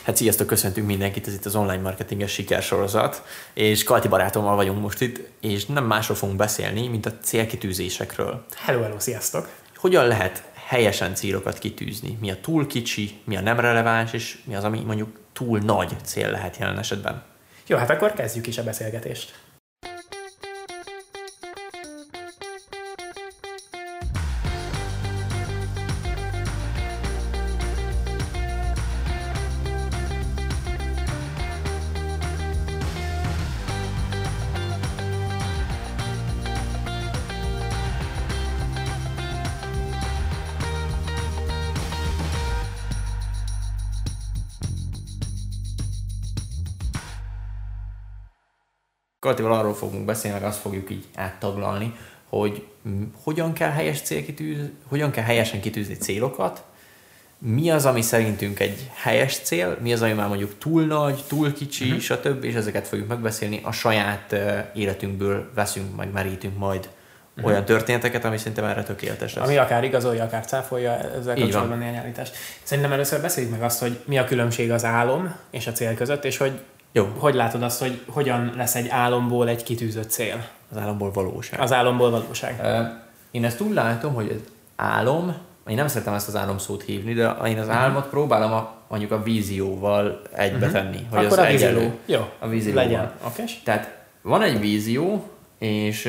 Hát sziasztok, köszöntünk mindenkit, ez itt az online marketinges sikersorozat, és Kalti barátommal vagyunk most itt, és nem másról fogunk beszélni, mint a célkitűzésekről. Hello, sziasztok! Hogyan lehet helyesen célokat kitűzni? Mi a túl kicsi, mi a nem releváns, és mi az, ami mondjuk túl nagy cél lehet jelen esetben? Jó, hát akkor kezdjük is a beszélgetést. Kaltival arról fogunk beszélni, meg azt fogjuk így áttaglalni, hogy hogyan kell helyesen kitűzni célokat, mi az, ami szerintünk egy helyes cél, mi az, ami már mondjuk túl nagy, túl kicsi, stb. És ezeket fogjuk megbeszélni. A saját életünkből veszünk, meg merítünk majd olyan történeteket, ami szerintem erre tökéletes lesz. Ami akár igazolja, akár cáfolja ezzel kapcsolatban néhány állítást. Szerintem először beszéljük meg azt, hogy mi a különbség az álom és a cél között, és hogy látod azt, hogy hogyan lesz egy álomból egy kitűzött cél? Az álomból valóság. Az álomból valóság. Én ezt úgy látom, hogy az álom, én nem szeretem ezt az álom szót hívni, de én az álmot próbálom mondjuk a vízióval egybetenni. Hogy akkor az a vízió. Jó, a vízió legyen. Okay. Tehát van egy vízió, és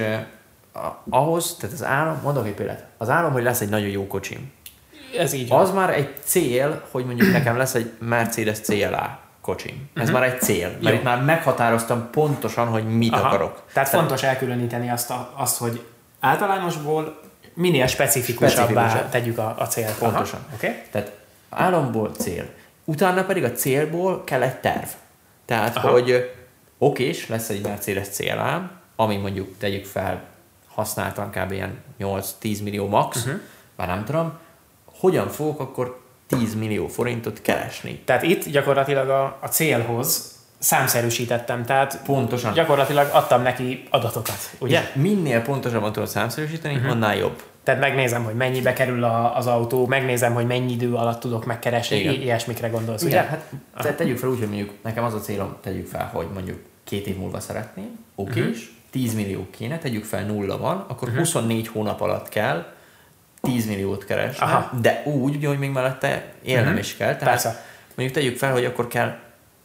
ahhoz, tehát az álom, mondok egy példát, az álom, hogy lesz egy nagyon jó kocsim. Ez így Az már egy cél, hogy mondjuk nekem lesz egy Mercedes CLA kocsim. Ez már egy cél, mert itt már meghatároztam pontosan, hogy mit akarok. Tehát fontos elkülöníteni azt, hogy általánosból minél specifikusabbá tegyük a célt. Pontosan. Okay. Tehát álomból cél. Utána pedig a célból kell egy terv. Tehát, hogy okés, lesz egy Mercedes CLA, ami mondjuk tegyük fel, használtan kb. Ilyen 8-10 millió max, már nem tudom, hogyan fogok akkor 10 millió forintot keresni. Tehát itt gyakorlatilag a célhoz számszerűsítettem, tehát pontosan. Gyakorlatilag adtam neki adatokat, ugye? És minél pontosabban tudod számszerűsíteni, annál jobb. Tehát megnézem, hogy mennyibe kerül az autó, megnézem, hogy mennyi idő alatt tudok megkeresni, ilyesmikre gondolsz, ugye? Hát tegyük fel úgy, hogy mondjuk nekem az a célom, tegyük fel, hogy mondjuk 2 év múlva szeretném, okés, 10 millió kéne, tegyük fel 0 van, akkor 24 hónap alatt kell 10 milliót keresni, de úgy, hogy még mellette élnem is kell. Tehát persze. Mondjuk tegyük fel, hogy akkor kell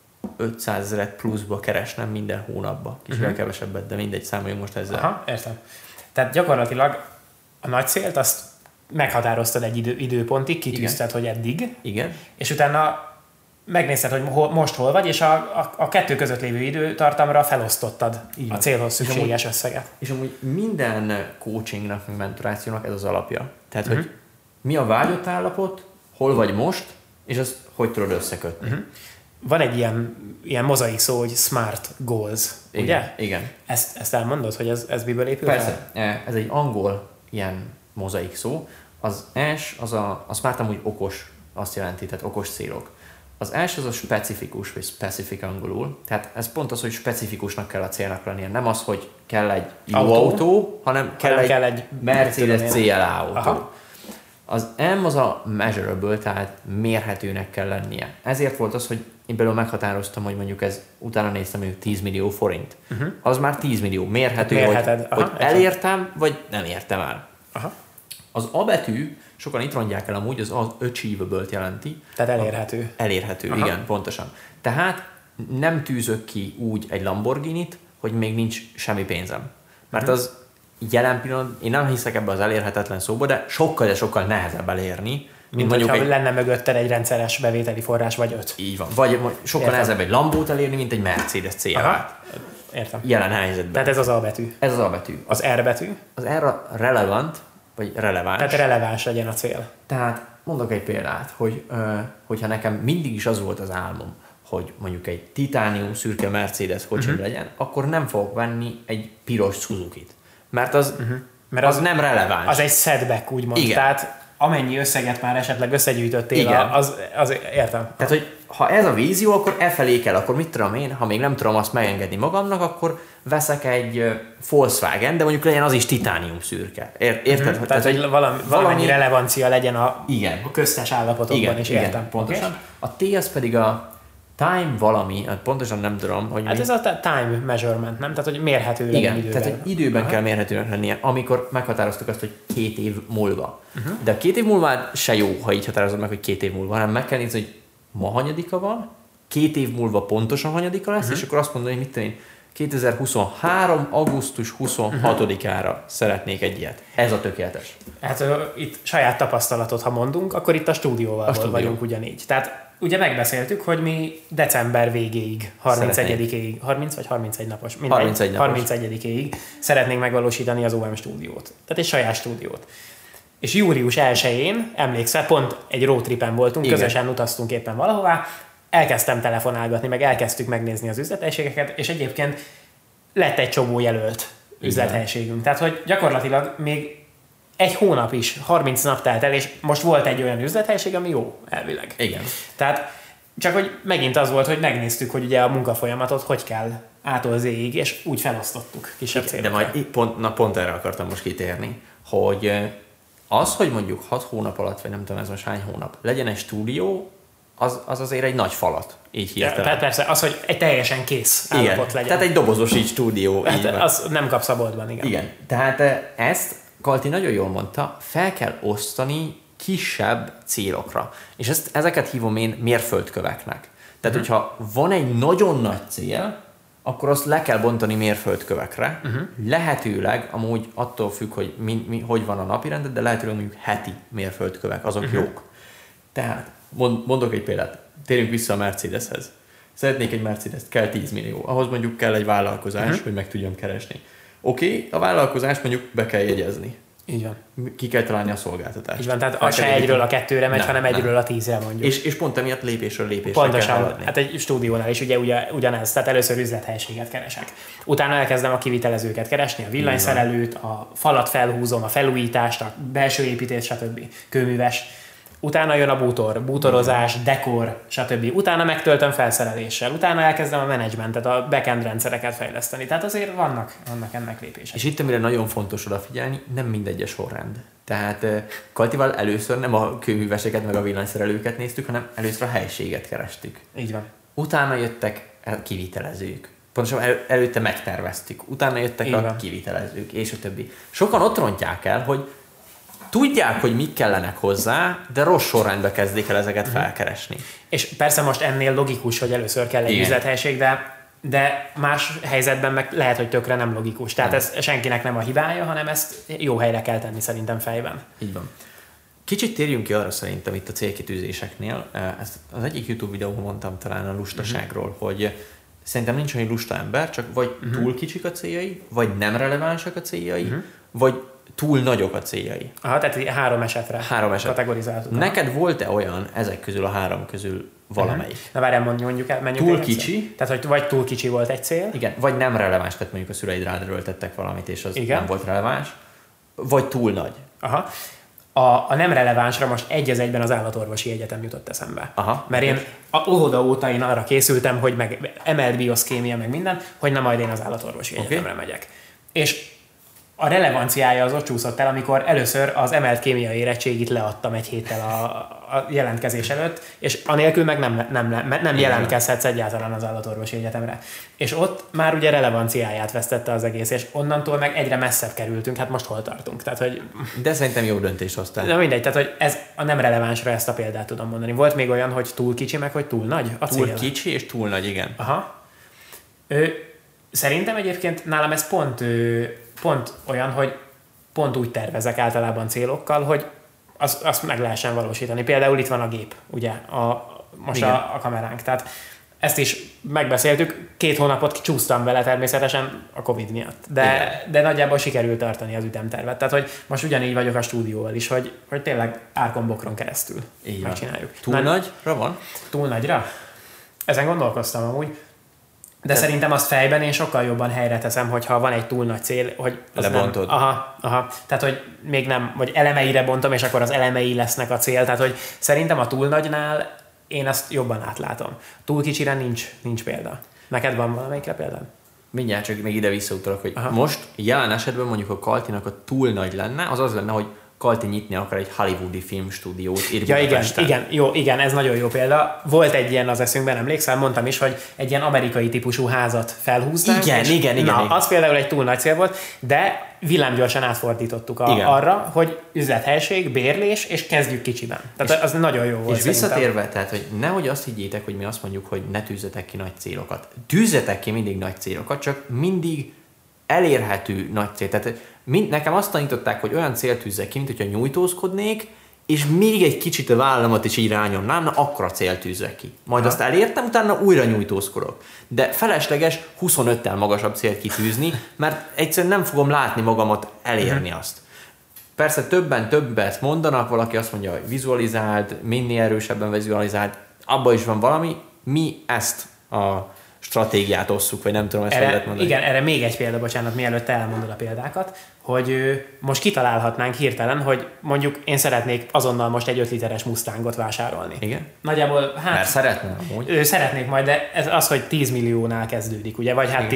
500 000 pluszba keresnem minden hónapba. Kicsivel kevesebbet, de mindegy, számoljunk most ezzel. Értem. Tehát gyakorlatilag a nagy célt azt meghatároztad egy időpontig, kitűzted, hogy eddig. Igen. És utána megnézted, hogy most hol vagy, és a kettő között lévő időtartamra felosztottad a célhoz szükséges összeget. És amúgy minden coachingnak, mentorációnak ez az alapja. Tehát, hogy mi a vágyott állapot, hol vagy most, és azt hogy tudod összekötni. Van egy ilyen mozaik szó, hogy SMART goals, igen, ugye? Igen. Ezt elmondod, hogy ez miből épül? Persze. Ez egy angol ilyen mozaik szó. Az S, a SMART amúgy okos, azt jelenti, tehát okos célok. Az első az a specifikus, vagy specific angolul. Tehát ez pont az, hogy specifikusnak kell a célnak lennie. Nem az, hogy kell egy jó autó, hanem kell egy Mercedes CLA autó. Aha. Az M az a measurable, tehát mérhetőnek kell lennie. Ezért volt az, hogy én belőle meghatároztam, hogy mondjuk ez, utána néztem, mondjuk 10 millió forint. Az már 10 millió mérhető, hogy elértem, vagy nem értem el. Aha. Az A betű, sokan itt mondják el amúgy, az achievable-t jelenti. Tehát elérhető. Elérhető, igen, pontosan. Tehát nem tűzök ki úgy egy Lamborghinit, hogy még nincs semmi pénzem. Mert az jelen pillanatban, én nem hiszek ebbe az elérhetetlen szóba, de sokkal nehezebb elérni. Mint mondjuk lenne mögötted egy rendszeres bevételi forrás, vagy 5. Így van. Vagy sokkal nehezebb egy Lambót elérni, mint egy Mercedes CLA-t. Értem. Jelen helyzetben. Tehát ez az A betű. Ez az A betű. Az R betű? Az R a relevant, vagy releváns. Tehát releváns legyen a cél. Tehát mondok egy példát, hogyha nekem mindig is az volt az álmom, hogy mondjuk egy titánium szürke Mercedes kocsim legyen, akkor nem fogok venni egy piros Suzukit. Mert az nem releváns. Az egy setback, úgymond. Igen. Tehát amennyi összeget már esetleg összegyűjtöttél, az értem. Tehát, hogy ha ez a vízió, akkor felé kell, akkor mit tudom én, ha még nem tudom azt megengedni magamnak, akkor veszek egy Volkswagen, de mondjuk legyen az is titánium szürke. Érted? Tehát, hogy valami relevancia legyen a igen. köztes állapotokban is, értem. Igen, pontosan. Okay. A T az pedig a time valami, pontosan nem tudom, hogy hát mi. Ez a time measurement, nem? Tehát, hogy mérhető legyen igen, időben. tehát hogy időben kell mérhetőnek lennie, amikor meghatároztuk azt, hogy 2 év múlva. De a 2 év múlva se jó, ha így határozod meg, hogy 2 év múlva, hanem meg kell nézni, hogy ma hanyadika van, 2 év múlva pontosan hanyadika lesz, és akkor azt mondani, hogy mit tudom én, 2023. augusztus 26-ára szeretnék egy ilyet. Ez a tökéletes. Hát itt saját tapasztalatot, ha mondunk, akkor itt a stúdióval vagyunk ugyanígy. Tehát ugye megbeszéltük, hogy mi december végéig, 31-ig, 30 vagy 31 napos, mindegy, 31-ig szeretnénk megvalósítani az OM stúdiót. Tehát egy saját stúdiót. És július 1-én, emlékszel, pont egy roadtripen voltunk, igen. Közösen utaztunk éppen valahová, elkezdtem telefonálgatni, meg elkezdtük megnézni az üzlethelységeket, és egyébként lett egy csomó jelölt üzlethelységünk. Tehát, hogy gyakorlatilag még egy hónap is, 30 nap telt el, és most volt egy olyan üzlethelység, ami jó, elvileg. Igen. Tehát csak, hogy megint az volt, hogy megnéztük, hogy ugye a munkafolyamatot hogy kell A-tól Z-ig, és úgy felosztottuk kisebb célokra. De majd pont erre akartam most kitérni, hogy az, hogy mondjuk 6 hónap alatt, vagy nem tudom ez most hány hónap, legyen egy stúdió, az azért egy nagy falat, így hirtelen. Tehát persze, az, hogy egy teljesen kész állapot legyen. Tehát egy dobozos így stúdió. Hát az nem kapsz a boltban, igen. Igen, tehát ezt Kalti nagyon jól mondta, fel kell osztani kisebb célokra. És ezeket hívom én mérföldköveknek. Tehát, hogyha van egy nagyon nagy cél, akkor azt le kell bontani mérföldkövekre. Lehetőleg, amúgy attól függ, hogy hogy van a napirendet, de lehetőleg mondjuk heti mérföldkövek, azok jók. Tehát, mondok egy példát, térjünk vissza a Mercedeshez. Szeretnék egy Mercedes-t, kell 10 millió. Ahhoz mondjuk kell egy vállalkozás, hogy meg tudjam keresni. Oké, a vállalkozást mondjuk be kell jegyezni. Így van. Ki kell találni a szolgáltatást. Így van, tehát az se egyről a 2-re megy, hanem egyről a 10-re mondjuk. És pont emiatt lépésről lépésre pontosan, kell haladni. hát egy stúdiónál is ugye ugyanez, tehát először üzlethelységet keresek. Utána elkezdem a kivitelezőket keresni, a villanyszerelőt, a falat felhúzom, a felújítást, a belső építés, stb. Kőműves. Utána jön a bútorozás, dekor, stb. Utána megtöltöm felszereléssel. Utána elkezdem a menedzsmentet, a backend rendszereket fejleszteni. Tehát azért vannak ennek lépések. És itt, amire nagyon fontos odafigyelni, nem mindegy a sorrend. Tehát Kaltival először nem a kőműveseket meg a villanyszerelőket néztük, hanem először a helységet kerestük. Így van. Utána jöttek a kivitelezők. Pontosan előtte megterveztük. Utána jöttek a kivitelezők, és a többi. Sokan ott rontják el, hogy tudják, hogy mik kellenek hozzá, de rossz sorrendbe kezdik el ezeket felkeresni. És persze most ennél logikus, hogy először kell egy üzlethelység, de más helyzetben meg lehet, hogy tökre nem logikus. Tehát ez senkinek nem a hibája, hanem ezt jó helyre kell tenni szerintem fejben. Így van. Kicsit térjünk ki arra szerintem itt a célkitűzéseknél. Ezt az egyik YouTube videóban mondtam talán a lustaságról, hogy szerintem nincs olyan lusta ember, csak vagy túl kicsik a céljai, vagy nem relevánsak a céljai, vagy túl nagyok a céljai. Aha, tehát 3 esetre kategorizáltuk. Neked volt-e olyan ezek közül a 3 közül valamelyik? Na várjál, menjünk el. Túl kicsi. Tehát, hogy vagy túl kicsi volt egy cél. Igen, vagy nem releváns, tehát mondjuk a szüleid rád erőltettek valamit, és az nem volt releváns. Vagy túl nagy. Aha. A nem relevánsra most egy az egyben az állatorvosi egyetem jutott eszembe. Aha, mert én óvoda óta én arra készültem, hogy meg emelt bioszkémia, meg minden, hogy na majd én az állatorvosi egyetemre megyek. És a relevanciája az ott csúszott el, amikor először az emelt kémiai érettségit leadtam egy héttel a jelentkezés előtt, és anélkül meg nem jelentkezhetsz egyáltalán az állatorvosi egyetemre. És ott már ugye relevanciáját vesztette az egész, és onnantól meg egyre messzebb kerültünk, hát most hol tartunk. Tehát, hogy... De szerintem jó döntés hoztál. De mindegy, tehát hogy ez a nem relevánsra ezt a példát tudom mondani. Volt még olyan, hogy túl kicsi, meg hogy túl nagy a cél. Túl kicsi és túl nagy, igen. Aha. Szerintem egyébként nálam ez pont olyan, hogy pont úgy tervezek általában célokkal, hogy azt meg lehessen valósítani. Például itt van a gép, ugye, most a kameránk. Tehát ezt is megbeszéltük, 2 hónapot csúsztam vele természetesen a Covid miatt. De nagyjából sikerült tartani az ütemtervet. Tehát, hogy most ugyanígy vagyok a stúdióval is, hogy tényleg árkon-bokron keresztül megcsináljuk. Túl nagyra van? Túl nagyra? Ezen gondolkoztam amúgy. De szerintem azt fejben én sokkal jobban helyre teszem, hogyha van egy túl nagy cél, hogy lebontod. Nem. Aha. Tehát, hogy még nem, vagy elemeire bontom, és akkor az elemei lesznek a cél. Tehát, hogy szerintem a túl nagynál én azt jobban átlátom. Túl kicsire nincs példa. Neked van valamelyikre példád? Mindjárt csak még ide visszautalok, hogy most jelen esetben mondjuk a Kaltinak a túl nagy lenne, az lenne, hogy Kalti nyitni akar egy hollywoodi filmstúdiót itt ja, igen, ez nagyon jó példa. Volt egy ilyen az eszünkben, emlékszel, mondtam is, hogy egy ilyen amerikai típusú házat felhúznánk. Igen. Az például egy túl nagy cél volt, de villámgyorsan átfordítottuk arra, hogy üzlethelység, bérlés, és kezdjük kicsiben. Tehát és az nagyon jó volt. És visszatérve, tehát, hogy nehogy azt higgyétek, hogy mi azt mondjuk, hogy ne tűzzetek ki nagy célokat. Tűzzetek ki mindig nagy célokat, csak mindig elérhető nagy cél. Tehát nekem azt tanították, hogy olyan célt tűzzek ki, mint hogyha nyújtózkodnék, és még egy kicsit a vállamat is így rányomnám, na akkor a célt tűzzek ki. Majd azt elértem, utána újra nyújtózkodok. De felesleges 25-tel magasabb célt kitűzni, mert egyszerűen nem fogom látni magamat elérni azt. Persze többet mondanak, valaki azt mondja, hogy vizualizáld, minél erősebben vizualizáld, abban is van valami, mi ezt a stratégiát osszuk, vagy nem tudom ezt lehet mondani. Igen, erre még egy példa, bocsánat, mielőtt te elmondod a példákat, hogy most kitalálhatnánk hirtelen, hogy mondjuk én szeretnék azonnal most egy 5 literes Mustangot vásárolni. Igen? Nagyjából, mert szeretném amúgy. Szeretnék majd, de ez az, hogy 10 milliónál kezdődik, ugye, vagy hát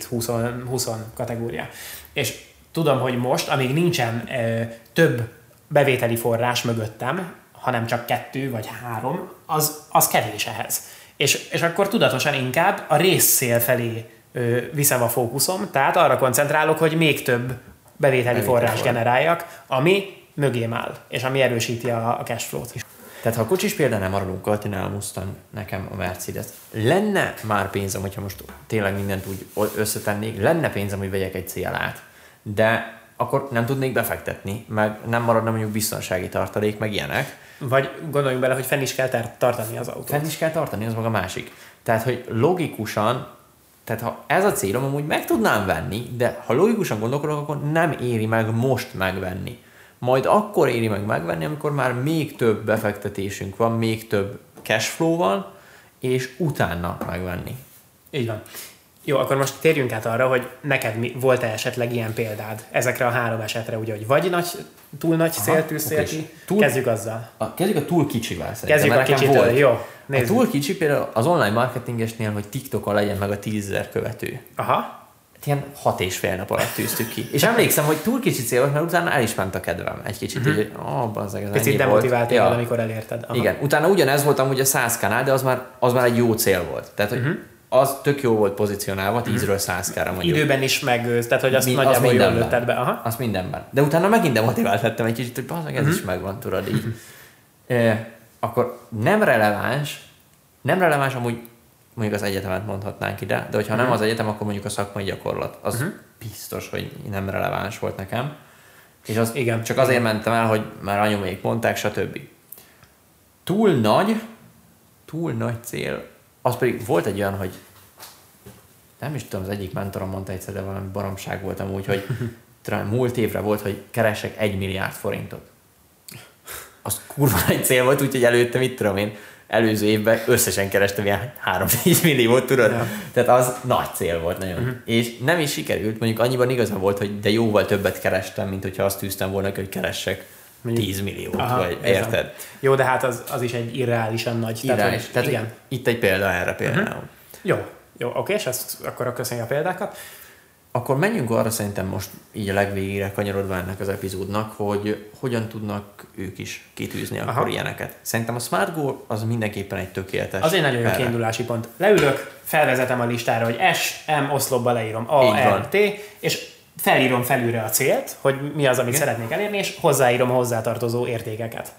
17-20 kategória. És tudom, hogy most, amíg nincsen több bevételi forrás mögöttem, hanem csak 2 vagy 3, az kevés ehhez. És akkor tudatosan inkább a részszél felé viszem a fókuszom, tehát arra koncentrálok, hogy még több bevételi forrás generáljak, ami mögém áll, és ami erősíti a cashflow-t is. Tehát ha a kocsis például nem maradunk, Kaltinál Mustang, nekem a Mercedes. Lenne már pénzem, hogyha most tényleg mindent úgy összetennék, lenne pénzem, hogy vegyek egy CLA-t, de akkor nem tudnék befektetni, meg nem maradna mondjuk biztonsági tartalék, meg ilyenek. Vagy gondoljunk bele, hogy fenn is kell tartani az autót. Fenn is kell tartani, az meg a másik. Tehát, hogy logikusan, tehát ha ez a célom, amúgy meg tudnám venni, de ha logikusan gondolkodok, akkor nem éri meg most megvenni. Majd akkor éri meg megvenni, amikor már még több befektetésünk van, még több cashflow van, és utána megvenni. Így van. Jó, akkor most térjünk át arra, hogy neked volt-e esetleg ilyen példád ezekre a 3 esetre, ugye, hogy vagy túl nagy célt tűztél ki, kezdjük azzal. Kezdjük a túl kicsivel szerintem. Kezdjük a kicsitől, jó. Nézzük. A túl kicsi például az online marketingesnél, hogy TikTokon legyen meg a 10 000 követő. Aha. Ilyen 6,5 nap alatt tűztük ki. És emlékszem, hogy túl kicsi cél volt, mert utána el is ment a kedvem egy kicsit, hogy bazzeg, ez picit demotivált téged, amikor elérted. Aha. Igen, utána ugyanez volt amúgy a 100K-nál, de az már egy jó cél volt. Tehát, hogy az tök jó volt pozícionálva, 10-ről 100K-ra mondjuk. Időben is tehát hogy azt nagyjából jól lőtted be. Aha. Azt mindenben. De utána megint demotivált lettem egy kicsit, hogy bazzeg, ez is megvan, tudod így. Akkor nem releváns amúgy mondjuk az egyetemet mondhatnánk ide, de hogyha nem az egyetem, akkor mondjuk a szakmai gyakorlat. Az biztos, hogy nem releváns volt nekem. És az csak azért mentem el, hogy már anyumék mondták, stb. Túl nagy cél, az pedig volt egy olyan, hogy nem is tudom, az egyik mentorom mondta egyszer, de valami baromság volt amúgy, hogy múlt évre volt, hogy keresek 1 milliárd forintot. Az kurva nagy cél volt, úgyhogy előtte, mit tudom én, előző évben összesen kerestem ilyen 3-4 milliót, tudod? Ja. Tehát az nagy cél volt nagyon. És nem is sikerült, mondjuk annyiban igaza volt, hogy de jóval többet kerestem, mint hogyha azt tűztem volna, hogy keresek 10 milliót, vagy érted? Jó, de hát az is egy irreálisan nagy. Irreális. Tehát igen. Itt egy példa erre például. Jó, oké, és akkor köszönjük a példákat. Akkor menjünk arra szerintem most így a legvégére kanyarodva ennek az epizódnak, hogy hogyan tudnak ők is kitűzni akkor ilyeneket. Szerintem a Smart Goal az mindenképpen egy tökéletes. Az egy nagyon jó kiindulási pont. Leülök, felvezetem a listára, hogy S, M oszlopba leírom A, R, T, és felírom felülre a célt, hogy mi az, amit szeretnék elérni, és hozzáírom a hozzátartozó értékeket.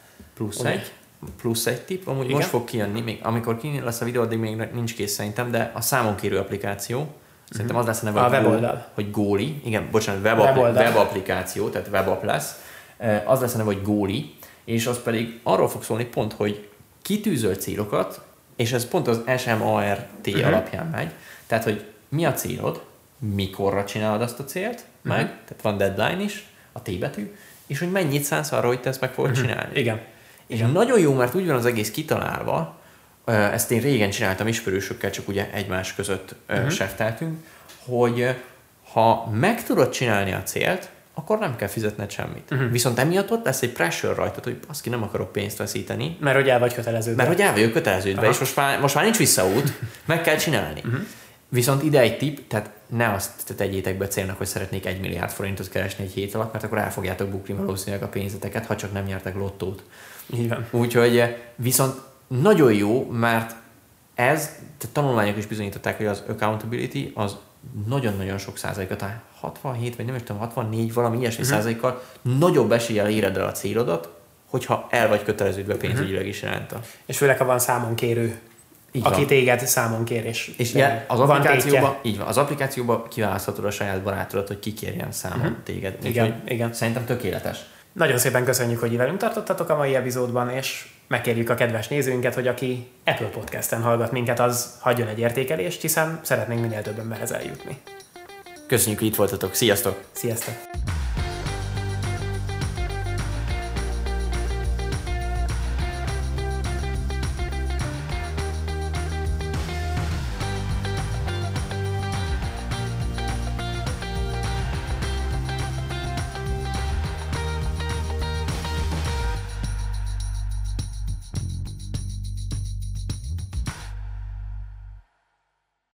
Plusz egy tipp, amúgy most fog kijönni, még amikor kijön lesz a videó, addig még nincs kész szerintem, de a számonkérő applikáció, szerintem az lesz a neve, hogy Góli. Igen, bocsánat, web applikáció, tehát webapp lesz. Az lesz a neve, hogy Góli, és az pedig arról fog szólni pont, hogy kitűzöl célokat, és ez pont az SMART alapján megy. Tehát, hogy mi a célod, mikorra csinálod azt a célt, meg, tehát van deadline is, a T betű, és hogy mennyit szánsz arra, hogy te ezt meg fogod csinálni. Igen. És nagyon jó, mert úgy van az egész kitalálva, ezt én régen csináltam ismerősökkel, csak ugye egymás között sefteltünk, hogy ha meg tudod csinálni a célt, akkor nem kell fizetned semmit. Viszont emiatt ott lesz egy pressure rajtad, hogy baszki, nem akarok pénzt veszíteni. Mert hogy el vagy köteleződve. És most már nincs visszaút, meg kell csinálni. Viszont ide egy tipp, tehát ne azt tegyétek be célnak, hogy szeretnék 1 milliárd forintot keresni egy hét alatt, mert akkor el fogjátok bukni valószínűleg a pénzeteket, ha csak nem nyertek lottót. Így van. Úgyhogy viszont nagyon jó, mert tehát tanulmányok is bizonyították, hogy az accountability az nagyon-nagyon sok százalékot, 67 vagy nem is tudom, 64 valami ilyesmi százalékkal nagyobb eséllyel éred el a célodat, hogyha el vagy köteleződve pénzügyileg is jelent. És főleg, ha van számonkérő, aki téged számon kér, és az applikációban kiválaszthatod a saját barátodat, hogy kikérjen számon téged. Igen. Szerintem tökéletes. Nagyon szépen köszönjük, hogy velünk tartottatok a mai epizódban, és megkérjük a kedves nézőinket, hogy aki Apple Podcast-en hallgat minket, az hagyjon egy értékelést, hiszen szeretnénk minél több emberhez eljutni. Köszönjük, hogy itt voltatok. Sziasztok! Sziasztok!